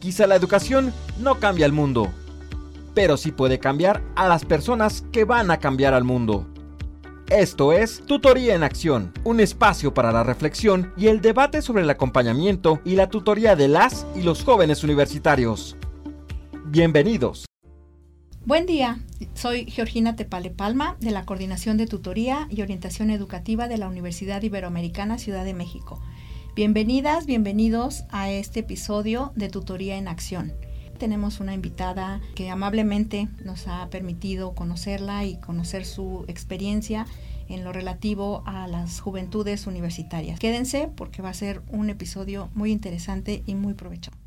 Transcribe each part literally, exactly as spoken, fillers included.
Quizá la educación no cambia el mundo, pero sí puede cambiar a las personas que van a cambiar al mundo. Esto es Tutoría en Acción, un espacio para la reflexión y el debate sobre el acompañamiento y la tutoría de las y los jóvenes universitarios. Bienvenidos. Buen día, soy Georgina Tepale Palma de la Coordinación de Tutoría y Orientación Educativa de la Universidad Iberoamericana Ciudad de México. Bienvenidas, bienvenidos a este episodio de Tutoría en Acción. Tenemos una invitada que amablemente nos ha permitido conocerla y conocer su experiencia en lo relativo a las juventudes universitarias. Quédense porque va a ser un episodio muy interesante y muy provechoso.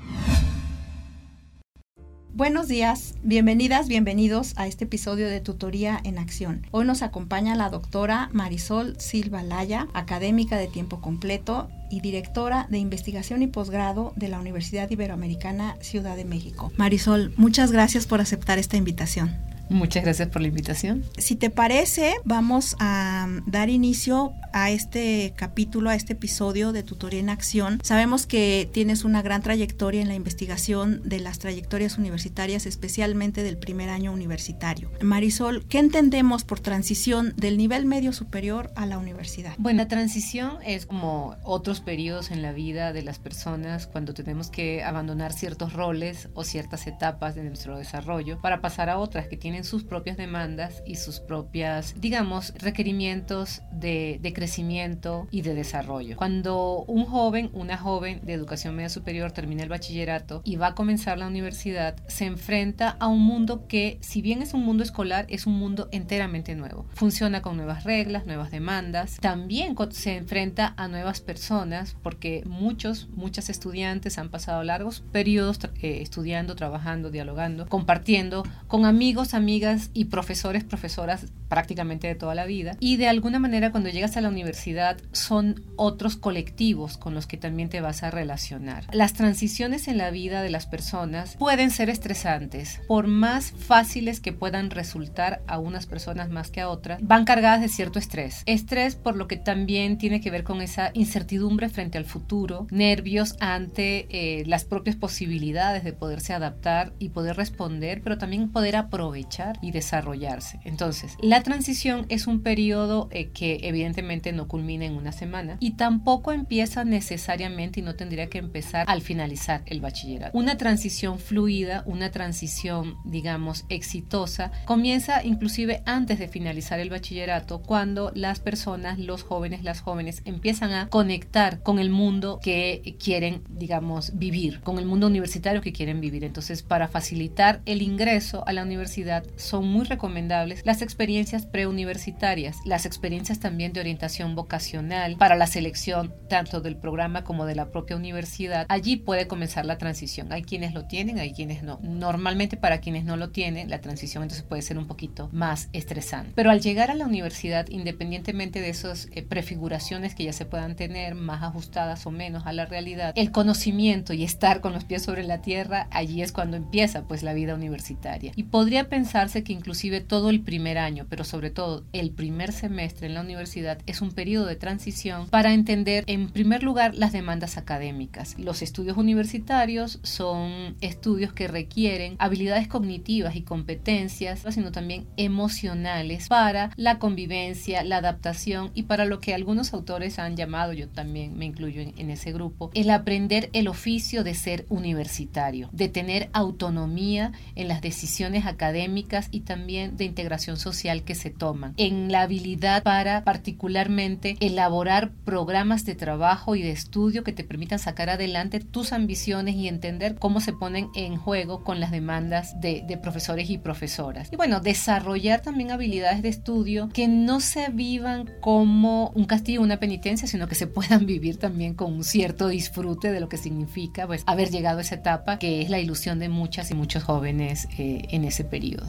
Buenos días, bienvenidas, bienvenidos a este episodio de Tutoría en Acción. Hoy nos acompaña la doctora Marisol Silva Laya, académica de tiempo completo y directora de investigación y posgrado de la Universidad Iberoamericana Ciudad de México. Marisol, muchas gracias por aceptar esta invitación. Muchas gracias por la invitación. Si te parece, vamos a dar inicio a este capítulo, a este episodio de Tutoría en Acción. Sabemos que tienes una gran trayectoria en la investigación de las trayectorias universitarias, especialmente del primer año universitario. Marisol, ¿qué entendemos por transición del nivel medio superior a la universidad? Bueno, la transición es como otros periodos en la vida de las personas cuando tenemos que abandonar ciertos roles o ciertas etapas de nuestro desarrollo para pasar a otras que tienen sus propias demandas y sus propias, digamos, requerimientos de, de crecimiento y de desarrollo. Cuando un joven, una joven de educación media superior termina el bachillerato y va a comenzar la universidad, se enfrenta a un mundo que, si bien es un mundo escolar, es un mundo enteramente nuevo. Funciona con nuevas reglas, nuevas demandas. También se enfrenta a nuevas personas porque muchos, muchas estudiantes han pasado largos periodos eh, estudiando, trabajando, dialogando, compartiendo con amigos, amigas y profesores, profesoras prácticamente de toda la vida, y de alguna manera cuando llegas a la universidad son otros colectivos con los que también te vas a relacionar. Las transiciones en la vida de las personas pueden ser estresantes, por más fáciles que puedan resultar a unas personas más que a otras, van cargadas de cierto estrés. Estrés por lo que también tiene que ver con esa incertidumbre frente al futuro, nervios ante eh, las propias posibilidades de poderse adaptar y poder responder, pero también poder aprovechar y desarrollarse. Entonces, la transición es un periodo eh, que evidentemente no culmina en una semana y tampoco empieza necesariamente y no tendría que empezar al finalizar el bachillerato. Una transición fluida, una transición, digamos, exitosa, comienza inclusive antes de finalizar el bachillerato, cuando las personas, los jóvenes, las jóvenes, empiezan a conectar con el mundo que quieren, digamos, vivir, con el mundo universitario que quieren vivir. Entonces, para facilitar el ingreso a la universidad, son muy recomendables las experiencias preuniversitarias, las experiencias también de orientación vocacional para la selección tanto del programa como de la propia universidad. Allí puede comenzar la transición. Hay quienes lo tienen, hay quienes no. Normalmente para quienes no lo tienen, la transición entonces puede ser un poquito más estresante. Pero al llegar a la universidad, independientemente de esas eh, prefiguraciones que ya se puedan tener, más ajustadas o menos a la realidad, el conocimiento y estar con los pies sobre la tierra, allí es cuando empieza pues la vida universitaria. Y podría pensarse que inclusive todo el primer año, pero sobre todo el primer semestre en la universidad es un periodo de transición para entender en primer lugar las demandas académicas. Los estudios universitarios son estudios que requieren habilidades cognitivas y competencias, sino también emocionales para la convivencia, la adaptación y para lo que algunos autores han llamado, yo también me incluyo en, en ese grupo, el aprender el oficio de ser universitario, de tener autonomía en las decisiones académicas y también de integración social que se toman, en la habilidad para particularmente elaborar programas de trabajo y de estudio que te permitan sacar adelante tus ambiciones y entender cómo se ponen en juego con las demandas de, de profesores y profesoras. Y bueno, desarrollar también habilidades de estudio que no se vivan como un castigo, una penitencia, sino que se puedan vivir también con un cierto disfrute de lo que significa pues haber llegado a esa etapa que es la ilusión de muchas y muchos jóvenes eh, en ese periodo.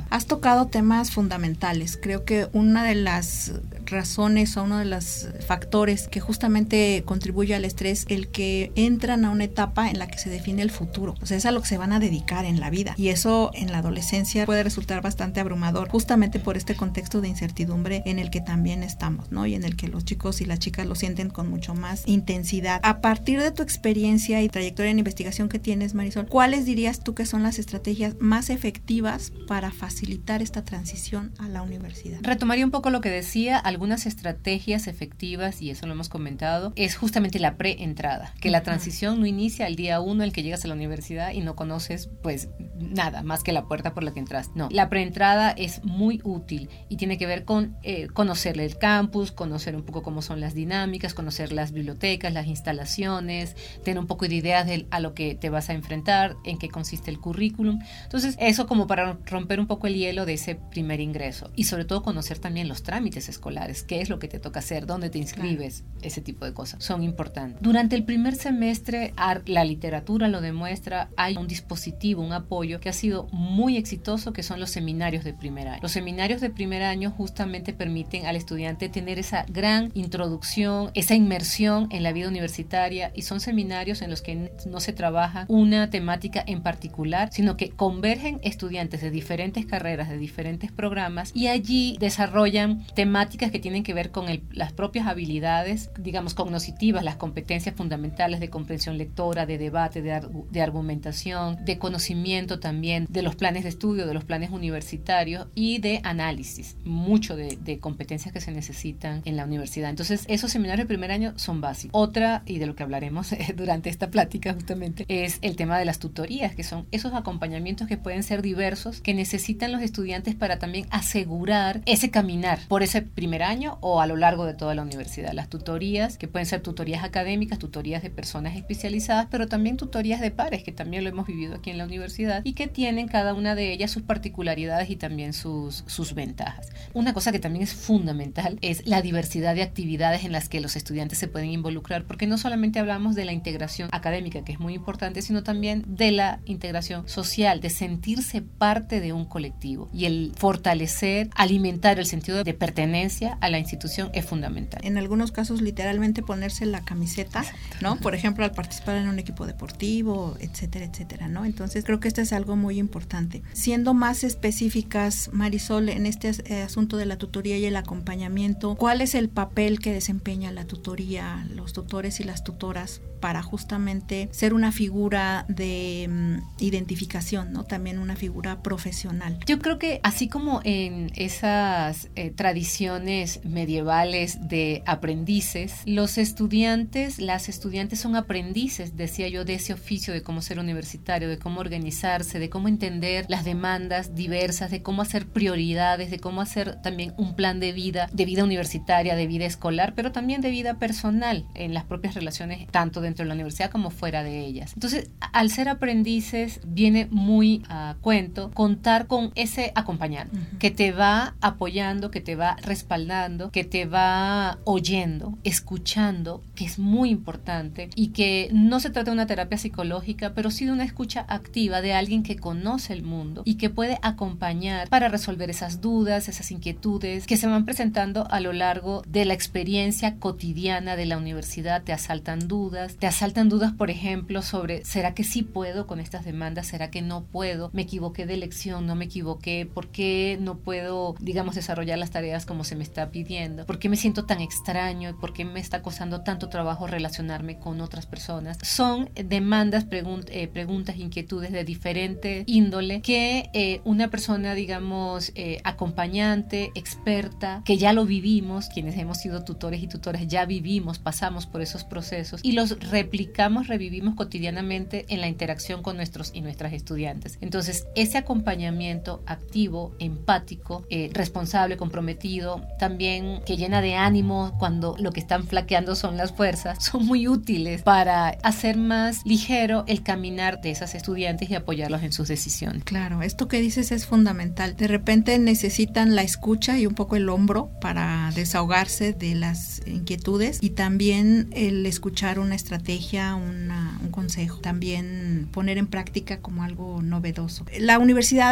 Has tocado temas fundamentales. Creo que una de las razones o uno de los factores que justamente contribuye al estrés, el que entran a una etapa en la que se define el futuro. O sea, es a lo que se van a dedicar en la vida. Y eso en la adolescencia puede resultar bastante abrumador, justamente por este contexto de incertidumbre en el que también estamos, ¿no? Y en el que los chicos y las chicas lo sienten con mucho más intensidad. A partir de tu experiencia y trayectoria en investigación que tienes, Marisol, ¿cuáles dirías tú que son las estrategias más efectivas para facilitar esta transición a la universidad? Retomaría un poco lo que decía, algunas estrategias efectivas, y eso lo hemos comentado, es justamente la preentrada, que uh-huh. la transición no inicia el día uno en el que llegas a la universidad y no conoces pues nada más que la puerta por la que entras. No, la preentrada es muy útil y tiene que ver con eh, conocer el campus, conocer un poco cómo son las dinámicas, conocer las bibliotecas, las instalaciones, tener un poco de ideas de a lo que te vas a enfrentar, en qué consiste el currículum. Entonces, eso como para romper un poco el hielo de ese primer ingreso y sobre todo conocer también los trámites escolares, qué es lo que te toca hacer, dónde te inscribes, claro. Ese tipo de cosas son importantes. Durante el primer semestre, la literatura lo demuestra, hay un dispositivo, un apoyo que ha sido muy exitoso, que son los seminarios de primer año. Los seminarios de primer año justamente permiten al estudiante tener esa gran introducción, esa inmersión en la vida universitaria, y son seminarios en los que no se trabaja una temática en particular, sino que convergen estudiantes de diferentes carreras, de diferentes programas, y allí desarrollan temáticas que tienen que ver con el, las propias habilidades, digamos, cognitivas, las competencias fundamentales de comprensión lectora, de debate, de, de argumentación, de conocimiento también de los planes de estudio, de los planes universitarios y de análisis, mucho de, de competencias que se necesitan en la universidad. Entonces, esos seminarios de primer año son básicos. Otra, y de lo que hablaremos eh, durante esta plática justamente, es el tema de las tutorías, que son esos acompañamientos que pueden ser diversos, que necesitan los estudiantes para también asegurar ese caminar por ese primer año o a lo largo de toda la universidad. Las tutorías, que pueden ser tutorías académicas, tutorías de personas especializadas, pero también tutorías de pares, que también lo hemos vivido aquí en la universidad y que tienen cada una de ellas sus particularidades y también sus, sus ventajas. Una cosa que también es fundamental es la diversidad de actividades en las que los estudiantes se pueden involucrar, porque no solamente hablamos de la integración académica, que es muy importante, sino también de la integración social, de sentirse parte de un colectivo, y el fortalecer, alimentar el sentido de pertenencia a la institución es fundamental. En algunos casos literalmente ponerse la camiseta, ¿no? Por ejemplo, al participar en un equipo deportivo, etcétera, etcétera, ¿no? Entonces creo que esto es algo muy importante. Siendo más específicas, Marisol, en este eh, asunto de la tutoría y el acompañamiento, ¿cuál es el papel que desempeña la tutoría, los tutores y las tutoras para justamente ser una figura de um, identificación, ¿no? También una figura profesional? Yo creo que así como en esas eh, tradiciones medievales de aprendices, los estudiantes, las estudiantes son aprendices, decía yo, de ese oficio de cómo ser universitario, de cómo organizarse, de cómo entender las demandas diversas, de cómo hacer prioridades, de cómo hacer también un plan de vida, de vida universitaria, de vida escolar, pero también de vida personal en las propias relaciones, tanto dentro de la universidad como fuera de ellas. Entonces, al ser aprendices, viene muy a cuento contar con ese acompañante uh-huh. que te va apoyando, que te va respaldando, que te va oyendo, escuchando, que es muy importante, y que no se trata de una terapia psicológica, pero sí de una escucha activa de alguien que conoce el mundo y que puede acompañar para resolver esas dudas, esas inquietudes que se van presentando a lo largo de la experiencia cotidiana de la universidad. Te asaltan dudas, te asaltan dudas, por ejemplo, sobre ¿será que sí puedo con estas demandas? ¿Será que no puedo? ¿Me equivoqué de elección? ¿No me equivoqué? ¿Por qué no puedo, digamos, desarrollar las tareas como se me está pidiendo? ¿Por qué me siento tan extraño? ¿Por qué me está costando tanto trabajo relacionarme con otras personas? Son demandas, pregun- eh, preguntas, inquietudes de diferente índole que eh, una persona, digamos, eh, acompañante, experta, que ya lo vivimos, quienes hemos sido tutores y tutoras, ya vivimos, pasamos por esos procesos y los replicamos, revivimos cotidianamente en la interacción con nuestros y nuestras estudiantes. Entonces, ese acompañamiento activo, empático, eh, responsable, comprometido, también que llena de ánimo cuando lo que están flaqueando son las fuerzas, son muy útiles para hacer más ligero el caminar de esas estudiantes y apoyarlos en sus decisiones. Claro, esto que dices es fundamental. De repente necesitan la escucha y un poco el hombro para desahogarse de las inquietudes, y también el escuchar una estrategia, una, un consejo, también poner en práctica como algo novedoso. La Universidad Ibero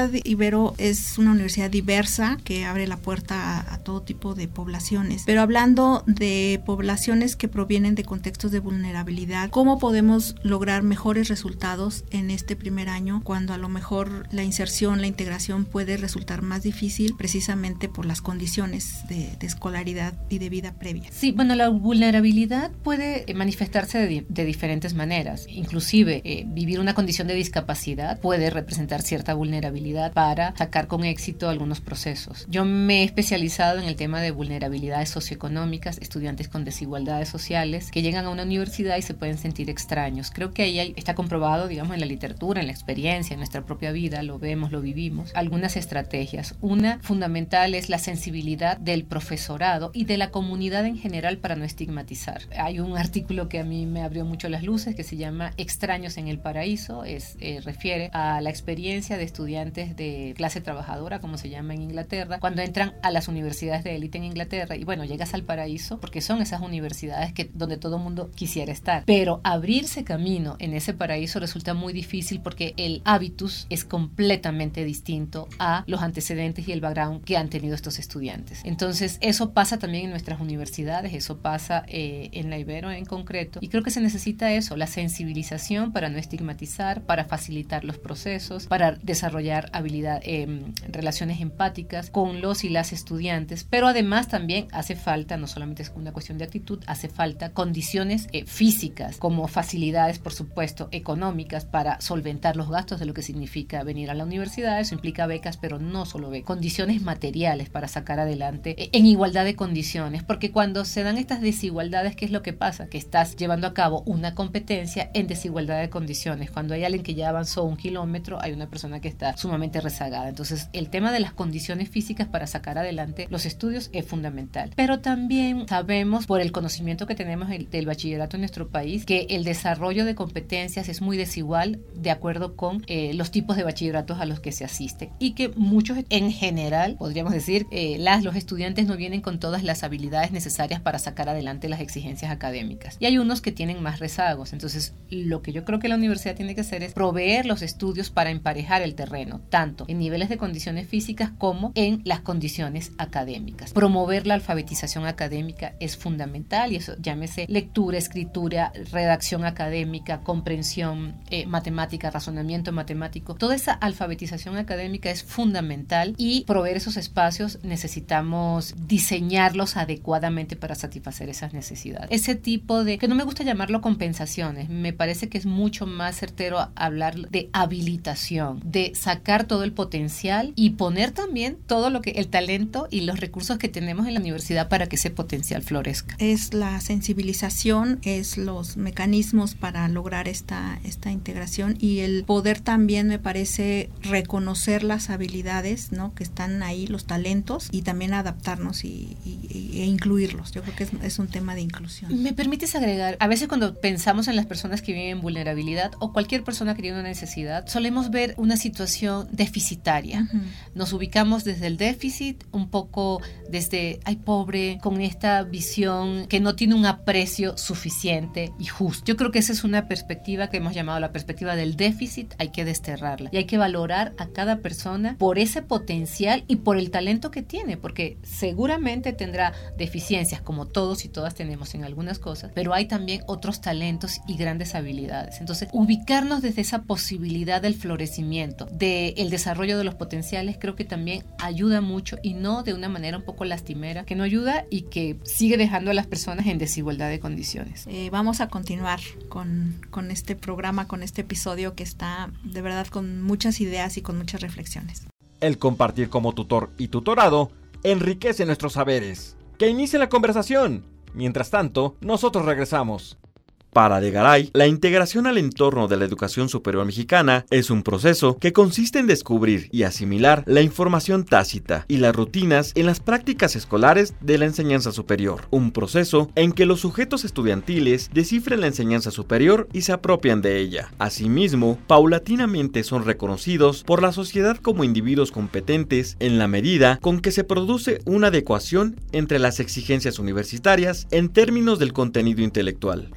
Ibero es una universidad diversa que abre la puerta a, a todo tipo de poblaciones. Pero hablando de poblaciones que provienen de contextos de vulnerabilidad, ¿cómo podemos lograr mejores resultados en este primer año cuando a lo mejor la inserción, la integración puede resultar más difícil precisamente por las condiciones de, de escolaridad y de vida previa? Sí, bueno, la vulnerabilidad puede manifestarse de, de diferentes maneras. Inclusive, eh, vivir una condición de discapacidad puede representar cierta vulnerabilidad para sacar con éxito algunos procesos. Yo me he especializado en el tema de vulnerabilidades socioeconómicas, estudiantes con desigualdades sociales que llegan a una universidad y se pueden sentir extraños. Creo que ahí hay, está comprobado, digamos, en la literatura, en la experiencia, en nuestra propia vida, lo vemos, lo vivimos, algunas estrategias. Una fundamental es la sensibilidad del profesorado y de la comunidad en general para no estigmatizar. Hay un artículo que a mí me abrió mucho las luces que se llama Extraños en el Paraíso, es, eh, refiere a la experiencia de estudiantes de clase trabajadora, como se llama en Inglaterra, cuando entran a las universidades de élite en Inglaterra y bueno, llegas al paraíso porque son esas universidades que, donde todo el mundo quisiera estar, pero abrirse camino en ese paraíso resulta muy difícil porque el hábitus es completamente distinto a los antecedentes y el background que han tenido estos estudiantes. Entonces eso pasa también en nuestras universidades, eso pasa eh, en la Ibero en concreto, y creo que se necesita eso, la sensibilización para no estigmatizar, para facilitar los procesos, para desarrollar habilidad, eh, relaciones empáticas con los y las estudiantes, pero además también hace falta, no solamente es una cuestión de actitud, hace falta condiciones eh, físicas, como facilidades, por supuesto, económicas para solventar los gastos de lo que significa venir a la universidad. Eso implica becas, pero no solo becas, condiciones materiales para sacar adelante eh, en igualdad de condiciones, porque cuando se dan estas desigualdades, ¿qué es lo que pasa? Que estás llevando a cabo una competencia en desigualdad de condiciones. Cuando hay alguien que ya avanzó un kilómetro, hay una persona que está sumamente rezagada. Entonces, el tema de las condiciones físicas para sacar adelante los estudios es fundamental. Pero también sabemos, por el conocimiento que tenemos el, del bachillerato en nuestro país, que el desarrollo de competencias es muy desigual de acuerdo con eh, los tipos de bachilleratos a los que se asisten, y que muchos, en general, podríamos decir, eh, las, los estudiantes no vienen con todas las habilidades necesarias para sacar adelante las exigencias académicas. Y hay unos que tienen más rezagos. Entonces, lo que yo creo que la universidad tiene que hacer es proveer los estudios para emparejar el terreno, tanto en niveles de condiciones físicas como en las condiciones académicas. Promover la alfabetización académica es fundamental, y eso llámese lectura, escritura, redacción académica, comprensión eh, matemática, razonamiento matemático. Toda esa alfabetización académica es fundamental, y proveer esos espacios necesitamos diseñarlos adecuadamente para satisfacer esas necesidades. Ese tipo de, que no me gusta llamarlo compensaciones, me parece que es mucho más certero hablar de habilitación, de sacar todo el potencial y poner también todo lo que, el talento y los recursos que tenemos en la universidad para que ese potencial florezca. Es la sensibilización, es los mecanismos para lograr esta, esta integración, y el poder también, me parece, reconocer las habilidades, ¿no?, que están ahí, los talentos, y también adaptarnos y, y, e incluirlos. Yo creo que es, es un tema de inclusión. ¿Me permites agregar? A veces cuando pensamos en las personas que viven en vulnerabilidad o cualquier persona que tiene una necesidad, solemos ver una situación deficitaria. Uh-huh. Nos ubicamos desde el déficit, un poco desde, ay, pobre, con esta visión que no tiene un aprecio suficiente y justo. Yo creo que esa es una perspectiva que hemos llamado la perspectiva del déficit. Hay que desterrarla y hay que valorar a cada persona por ese potencial y por el talento que tiene, porque seguramente tendrá deficiencias, como todos y todas tenemos en algunas cosas, pero hay también otros talentos y grandes habilidades. Entonces, ubicarnos desde esa posibilidad del florecimiento, del desarrollo de los potenciales, creo que también ayuda mucho, y no de una manera un poco lastimera, que no ayuda y que sigue dejando a las personas en desigualdad de condiciones. Eh, vamos a continuar con, con este programa, con este episodio que está de verdad con muchas ideas y con muchas reflexiones. El compartir como tutor y tutorado enriquece nuestros saberes. ¡Que inicie la conversación! Mientras tanto, nosotros regresamos. Para De Garay, la integración al entorno de la educación superior mexicana es un proceso que consiste en descubrir y asimilar la información tácita y las rutinas en las prácticas escolares de la enseñanza superior. Un proceso en que los sujetos estudiantiles descifran la enseñanza superior y se apropian de ella. Asimismo, paulatinamente son reconocidos por la sociedad como individuos competentes en la medida con que se produce una adecuación entre las exigencias universitarias en términos del contenido intelectual, los métodos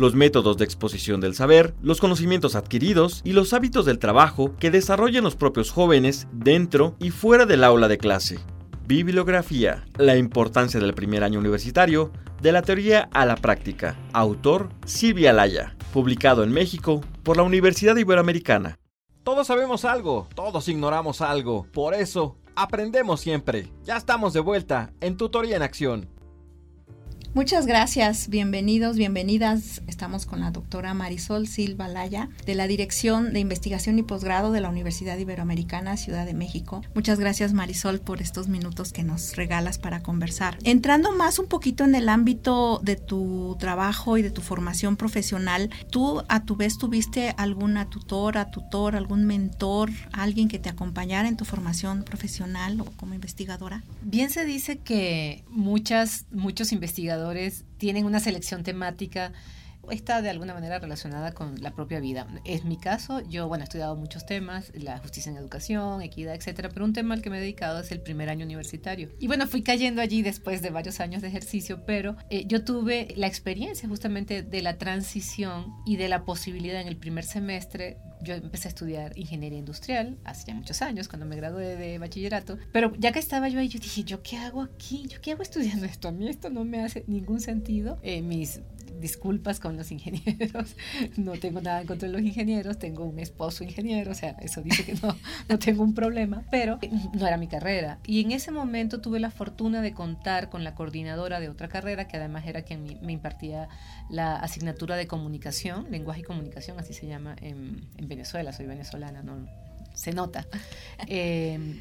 métodos de exposición del saber, los conocimientos adquiridos y los hábitos del trabajo que desarrollan los propios jóvenes dentro y fuera del aula de clase. Bibliografía. La importancia del primer año universitario, de la teoría a la práctica. Autor Silvia Laya. Publicado en México por la Universidad Iberoamericana. Todos sabemos algo, todos ignoramos algo. Por eso, aprendemos siempre. Ya estamos de vuelta en Tutoría en Acción. Muchas gracias, bienvenidos, bienvenidas. Estamos con la doctora Marisol Silva Laya, de la Dirección de Investigación y Posgrado de la Universidad Iberoamericana, Ciudad de México. Muchas gracias, Marisol, por estos minutos que nos regalas para conversar. Entrando más un poquito en el ámbito de tu trabajo y de tu formación profesional, ¿tú a tu vez tuviste alguna tutora, tutor, algún mentor, alguien que te acompañara en tu formación profesional o como investigadora? Bien se dice que muchas, muchos investigadores tienen una selección temática, está de alguna manera relacionada con la propia vida. Es mi caso, yo bueno he estudiado muchos temas, la justicia en educación, equidad, etcétera, pero un tema al que me he dedicado es el primer año universitario. Y bueno, fui cayendo allí después de varios años de ejercicio, pero eh, yo tuve la experiencia justamente de la transición y de la posibilidad en el primer semestre. Yo empecé a estudiar ingeniería industrial hace ya muchos años, cuando me gradué de bachillerato, pero ya que estaba yo ahí, yo dije, ¿yo qué hago aquí? ¿Yo qué hago estudiando esto? A mí esto no me hace ningún sentido. Eh, mis disculpas con los ingenieros, no tengo nada en contra de los ingenieros, tengo un esposo ingeniero, o sea, eso dice que no, no tengo un problema, pero no era mi carrera. Y en ese momento tuve la fortuna de contar con la coordinadora de otra carrera, que además era quien me impartía la asignatura de comunicación, lenguaje y comunicación, así se llama en, en Venezuela, soy venezolana, no se nota. Eh,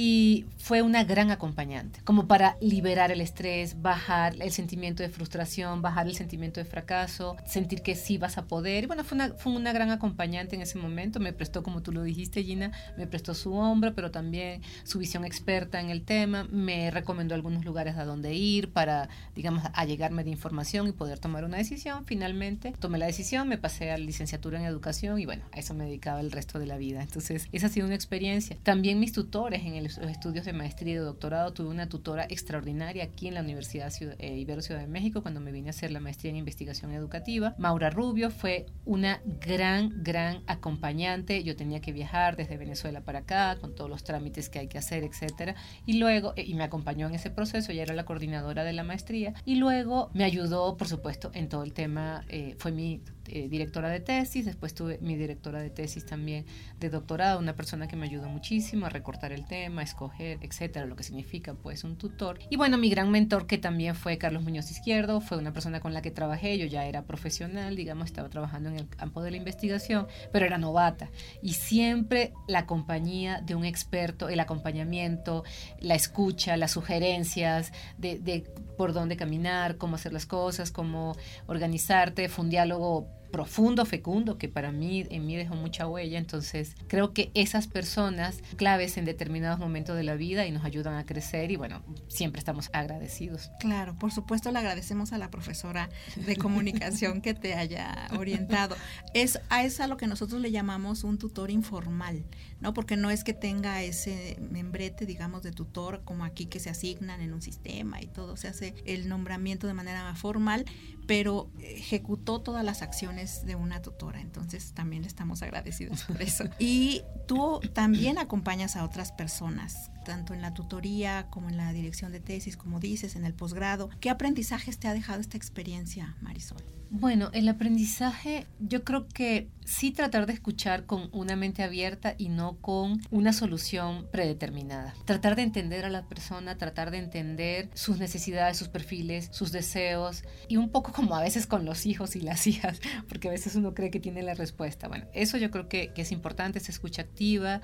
y fue una gran acompañante, como para liberar el estrés, bajar el sentimiento de frustración, bajar el sentimiento de fracaso, sentir que sí vas a poder. Y bueno, fue una, fue una gran acompañante en ese momento. Me prestó, como tú lo dijiste, Gina, me prestó su hombro, pero también su visión experta en el tema. Me recomendó algunos lugares a donde ir para, digamos, allegarme de información y poder tomar una decisión. Finalmente tomé la decisión, me pasé a la licenciatura en educación y bueno, a eso me dedicaba el resto de la vida. Entonces, esa ha sido una experiencia. También mis tutores en los estudios de maestría y de doctorado, tuve una tutora extraordinaria aquí en la Universidad Ciudad, eh, Ibero Ciudad de México cuando me vine a hacer la maestría en investigación educativa. Maura Rubio fue una gran, gran acompañante. Yo tenía que viajar desde Venezuela para acá con todos los trámites que hay que hacer, etcétera. Y luego, eh, y me acompañó en ese proceso, ella era la coordinadora de la maestría y luego me ayudó, por supuesto, en todo el tema, eh, fue mi Eh, directora de tesis, después tuve mi directora de tesis también de doctorado, una persona que me ayudó muchísimo a recortar el tema, a escoger, etcétera, lo que significa pues un tutor. Y bueno, mi gran mentor que también fue Carlos Muñoz Izquierdo, fue una persona con la que trabajé, yo ya era profesional, digamos, estaba trabajando en el campo de la investigación, pero era novata y siempre la compañía de un experto, el acompañamiento, la escucha, las sugerencias de, de por dónde caminar, cómo hacer las cosas, cómo organizarte, fue un diálogo profundo, fecundo, que para mí, en mí dejó mucha huella. Entonces creo que esas personas claves en determinados momentos de la vida y nos ayudan a crecer y bueno, siempre estamos agradecidos. Claro, por supuesto le agradecemos a la profesora de comunicación que te haya orientado. Es a, es a lo que nosotros le llamamos un tutor informal, ¿no? Porque no es que tenga ese membrete, digamos, de tutor como aquí que se asignan en un sistema y todo, se hace el nombramiento de manera formal, pero ejecutó todas las acciones de una tutora, entonces también le estamos agradecidos por eso. Y tú también acompañas a otras personas, tanto en la tutoría como en la dirección de tesis, como dices, en el posgrado. ¿Qué aprendizajes te ha dejado esta experiencia, Marisol? Bueno, el aprendizaje, yo creo que sí tratar de escuchar con una mente abierta y no con una solución predeterminada. Tratar de entender a la persona, tratar de entender sus necesidades, sus perfiles, sus deseos y un poco como a veces con los hijos y las hijas, porque a veces uno cree que tiene la respuesta. Bueno, eso yo creo que, que es importante, esa escucha activa,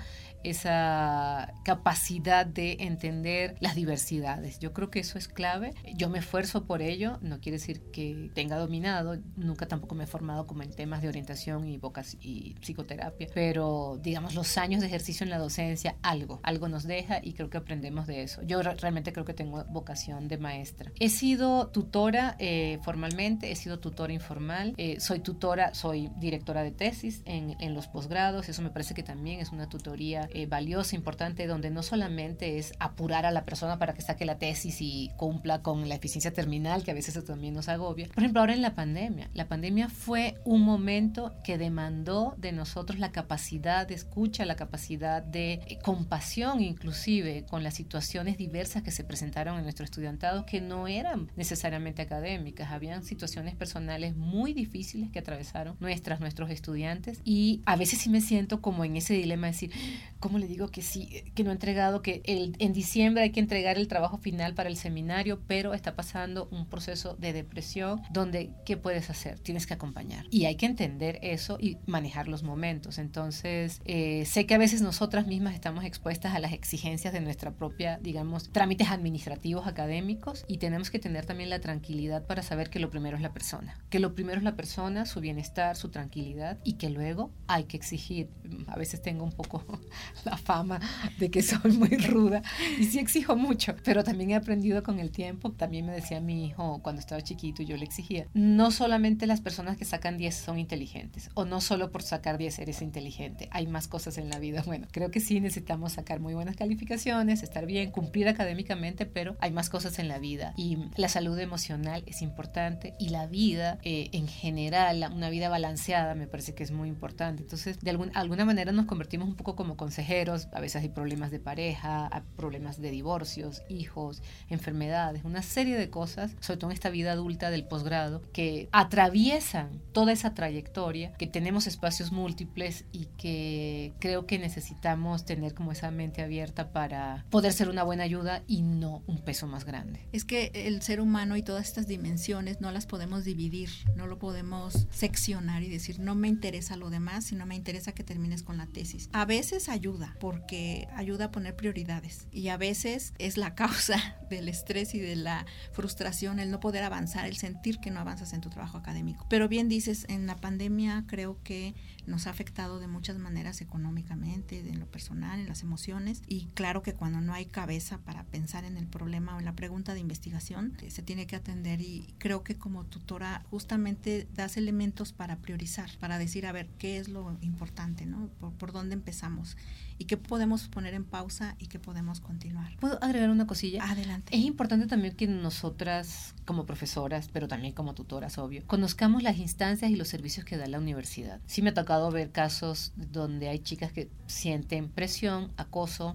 esa capacidad de entender las diversidades. Yo creo que eso es clave. Yo me esfuerzo por ello, no quiere decir que tenga dominado, nunca tampoco me he formado como en temas de orientación y, vocas y psicoterapia, pero digamos los años de ejercicio en la docencia, algo, algo nos deja y creo que aprendemos de eso. Yo re- realmente creo que tengo vocación de maestra. He sido tutora eh, formalmente, he sido tutora informal, eh, soy tutora, soy directora de tesis en, en los posgrados, eso me parece que también es una tutoría eh, valiosa, importante, donde no solamente necesariamente es apurar a la persona para que saque la tesis y cumpla con la eficiencia terminal, que a veces eso también nos agobia. Por ejemplo, ahora en la pandemia, la pandemia fue un momento que demandó de nosotros la capacidad de escucha, la capacidad de eh, compasión inclusive con las situaciones diversas que se presentaron en nuestro estudiantado, que no eran necesariamente académicas, habían situaciones personales muy difíciles que atravesaron nuestras, nuestros estudiantes, y a veces sí me siento como en ese dilema de decir, ¿cómo le digo que sí, que no he entregado, que el, en diciembre hay que entregar el trabajo final para el seminario, pero está pasando un proceso de depresión donde, ¿qué puedes hacer? Tienes que acompañar y hay que entender eso y manejar los momentos. Entonces, eh, sé que a veces nosotras mismas estamos expuestas a las exigencias de nuestra propia, digamos, trámites administrativos académicos, y tenemos que tener también la tranquilidad para saber que lo primero es la persona, que lo primero es la persona, su bienestar, su tranquilidad, y que luego hay que exigir. A veces tengo un poco la fama de que soy muy ruda y sí exijo mucho, pero también he aprendido con el tiempo. También me decía mi hijo cuando estaba chiquito y yo le exigía, no solamente las personas que sacan diez son inteligentes, o no solo por sacar diez eres inteligente, hay más cosas en la vida. Bueno, creo que sí necesitamos sacar muy buenas calificaciones, estar bien, cumplir académicamente, pero hay más cosas en la vida y la salud emocional es importante, y la vida eh, en general, una vida balanceada me parece que es muy importante. Entonces, de algún, alguna manera nos convertimos un poco como consejeros. A veces hay problemas de pareja, hay problemas de divorcios, hijos, enfermedades, una serie de cosas, sobre todo en esta vida adulta del posgrado, que atraviesan toda esa trayectoria, que tenemos espacios múltiples y que creo que necesitamos tener como esa mente abierta para poder ser una buena ayuda y no un peso más grande. Es que el ser humano y todas estas dimensiones no las podemos dividir, no lo podemos seccionar y decir, no me interesa lo demás, sino me interesa que termines con la tesis. A veces ayuda, porque ayuda a poner prioridades, y a veces es la causa del estrés y de la frustración, el no poder avanzar, el sentir que no avanzas en tu trabajo académico. Pero bien dices, en la pandemia creo que nos ha afectado de muchas maneras económicamente, en lo personal, en las emociones, y claro que cuando no hay cabeza para pensar en el problema o en la pregunta de investigación, se tiene que atender, y creo que como tutora justamente das elementos para priorizar, para decir, a ver, qué es lo importante, ¿no? Por, por dónde empezamos y qué podemos poner en pausa y qué podemos continuar. ¿Puedo agregar una cosilla? Adelante. Es importante también que nosotras como profesoras, pero también como tutoras, obvio, conozcamos las instancias y los servicios que da la universidad. Sí me ha tocado ver casos donde hay chicas que sienten presión, acoso,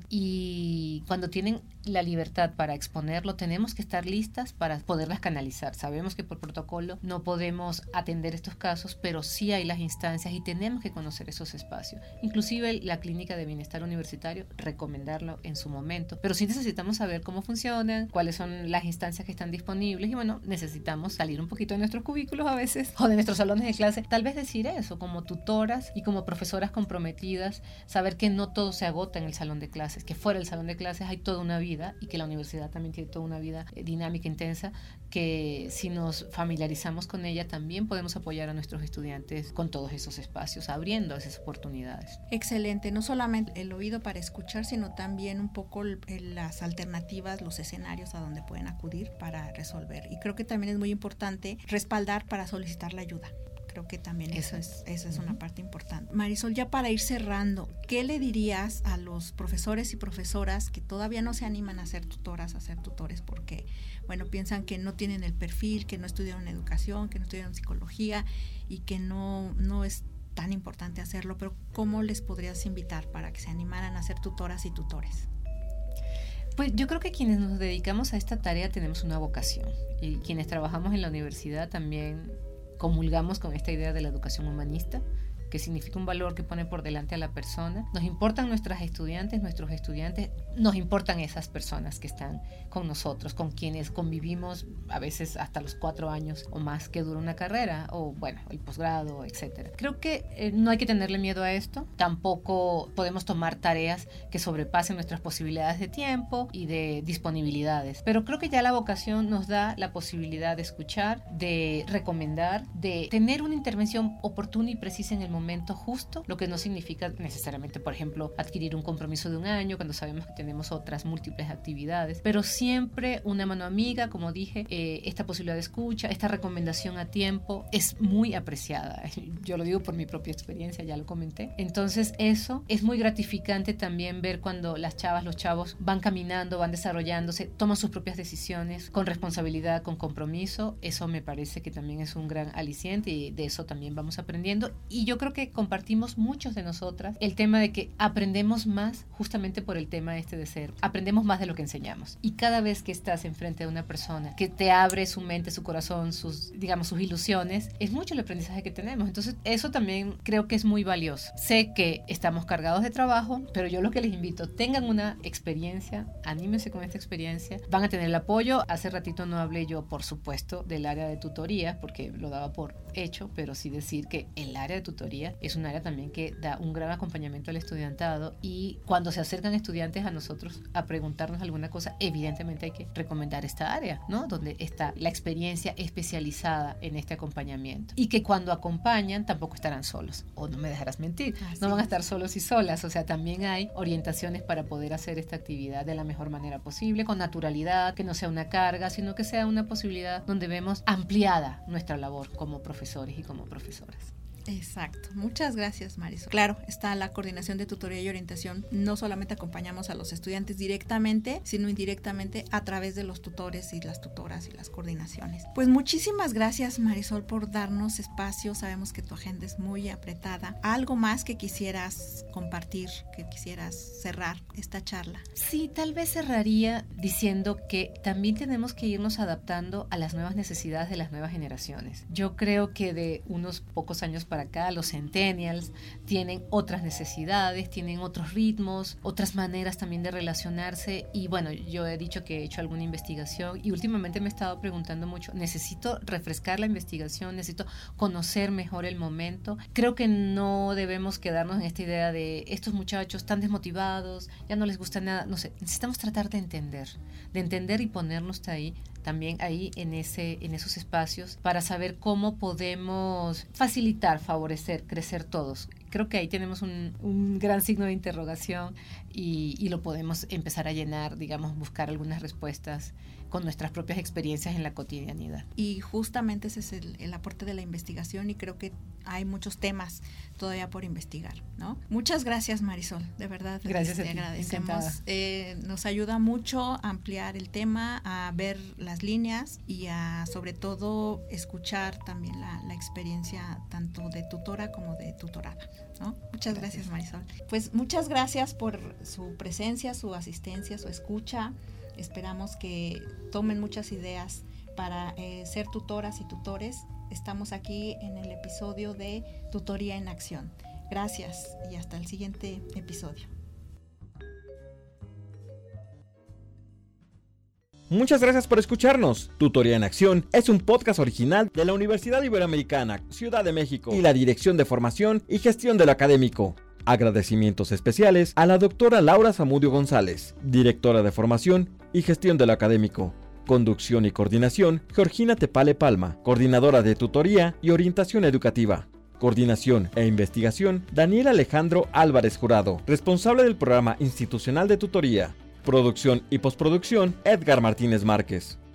y cuando tienen la libertad para exponerlo, tenemos que estar listas para poderlas canalizar. Sabemos que por protocolo no podemos atender estos casos, pero sí hay las instancias y tenemos que conocer esos espacios. Inclusive la clínica de bienestar universitario, recomendarlo en su momento, pero sí necesitamos saber cómo funcionan, cuáles son las instancias que están disponibles, y bueno, necesitamos salir un poquito de nuestros cubículos a veces, o de nuestros salones de clase, tal vez decir eso, como tutoras y como profesoras comprometidas, saber que no todo se agota en el salón de clases, que fuera del salón de clases hay toda una vida, y que la universidad también tiene toda una vida eh, dinámica, intensa, que si nos familiarizamos con ella también podemos apoyar a nuestros estudiantes con todos esos espacios, abriendo esas oportunidades. Excelente, no solamente el oído para escuchar, sino también un poco el, el, las alternativas, los escenarios a donde pueden acudir para resolver, y creo que también es muy importante respaldar para solicitar la ayuda. Creo que también eso es, eso es una parte importante. Marisol, ya para ir cerrando, ¿qué le dirías a los profesores y profesoras que todavía no se animan a ser tutoras, a ser tutores, porque, bueno, piensan que no tienen el perfil, que no estudiaron educación, que no estudiaron psicología y que no, no es tan importante hacerlo, pero ¿cómo les podrías invitar para que se animaran a ser tutoras y tutores? Pues yo creo que quienes nos dedicamos a esta tarea tenemos una vocación, y quienes trabajamos en la universidad también comulgamos con esta idea de la educación humanista, que significa un valor que pone por delante a la persona. Nos importan nuestras estudiantes, nuestros estudiantes, nos importan esas personas que están con nosotros, con quienes convivimos a veces hasta los cuatro años o más que dura una carrera, o bueno, el posgrado, etcétera. Creo que eh, no hay que tenerle miedo a esto, tampoco podemos tomar tareas que sobrepasen nuestras posibilidades de tiempo y de disponibilidades, pero creo que ya la vocación nos da la posibilidad de escuchar, de recomendar, de tener una intervención oportuna y precisa en el momento momento justo, lo que no significa necesariamente, por ejemplo, adquirir un compromiso de un año cuando sabemos que tenemos otras múltiples actividades, pero siempre una mano amiga, como dije, eh, esta posibilidad de escucha, esta recomendación a tiempo es muy apreciada. Yo lo digo por mi propia experiencia, ya lo comenté. Entonces eso es muy gratificante también ver cuando las chavas, los chavos van caminando, van desarrollándose, toman sus propias decisiones con responsabilidad, con compromiso. Eso me parece que también es un gran aliciente y de eso también vamos aprendiendo. Y yo creo que compartimos muchos de nosotras el tema de que aprendemos más justamente por el tema este de ser. Aprendemos más de lo que enseñamos. Y cada vez que estás enfrente de una persona que te abre su mente, su corazón, sus, digamos, sus ilusiones, es mucho el aprendizaje que tenemos. Entonces, eso también creo que es muy valioso. Sé que estamos cargados de trabajo, pero yo lo que les invito, tengan una experiencia, anímense con esta experiencia, van a tener el apoyo. Hace ratito no hablé yo, por supuesto, del área de tutoría, porque lo daba por hecho, pero sí decir que el área de tutoría es un área también que da un gran acompañamiento al estudiantado, y cuando se acercan estudiantes a nosotros a preguntarnos alguna cosa, evidentemente hay que recomendar esta área, ¿no? Donde está la experiencia especializada en este acompañamiento, y que cuando acompañan tampoco estarán solos, o no me dejarás mentir, Así no van a estar solos y solas, o sea, también hay orientaciones para poder hacer esta actividad de la mejor manera posible, con naturalidad, que no sea una carga, sino que sea una posibilidad donde vemos ampliada nuestra labor como profesores y como profesoras. Exacto. Muchas gracias, Marisol. Claro, está la coordinación de tutoría y orientación. No solamente acompañamos a los estudiantes directamente, sino indirectamente a través de los tutores y las tutoras y las coordinaciones. Pues muchísimas gracias, Marisol, por darnos espacio. Sabemos que tu agenda es muy apretada. ¿Algo más que quisieras compartir, que quisieras cerrar esta charla? Sí, tal vez cerraría diciendo que también tenemos que irnos adaptando a las nuevas necesidades de las nuevas generaciones. Yo creo que de unos pocos años para acá, los centennials tienen otras necesidades, tienen otros ritmos, otras maneras también de relacionarse, y bueno, yo he dicho que he hecho alguna investigación y últimamente me he estado preguntando mucho, necesito refrescar la investigación, necesito conocer mejor el momento. Creo que no debemos quedarnos en esta idea de estos muchachos tan desmotivados, ya no les gusta nada, no sé, necesitamos tratar de entender, de entender y ponernos ahí, también ahí en, ese, en esos espacios para saber cómo podemos facilitar, favorecer, crecer todos. Creo que ahí tenemos un, un gran signo de interrogación y, y lo podemos empezar a llenar, digamos, buscar algunas respuestas con nuestras propias experiencias en la cotidianidad. Y justamente ese es el, el aporte de la investigación, y creo que hay muchos temas todavía por investigar, ¿no? Muchas gracias, Marisol, de verdad. Gracias, te a ti. agradecemos. Eh, nos ayuda mucho a ampliar el tema, a ver las líneas y a, sobre todo, escuchar también la, la experiencia tanto de tutora como de tutorada, ¿no? Muchas gracias. gracias, Marisol. Pues muchas gracias por su presencia, su asistencia, su escucha. Esperamos que tomen muchas ideas para eh, ser tutoras y tutores. Estamos aquí en el episodio de Tutoría en Acción. Gracias y hasta el siguiente episodio. Muchas gracias por escucharnos. Tutoría en Acción es un podcast original de la Universidad Iberoamericana, Ciudad de México, y la Dirección de Formación y Gestión de lo Académico. Agradecimientos especiales a la doctora Laura Zamudio González, directora de Formación y Gestión de lo Académico. Conducción y coordinación, Georgina Tepale Palma, coordinadora de tutoría y orientación educativa. Coordinación e investigación, Daniel Alejandro Álvarez Jurado, responsable del programa institucional de tutoría. Producción y postproducción, Edgar Martínez Márquez.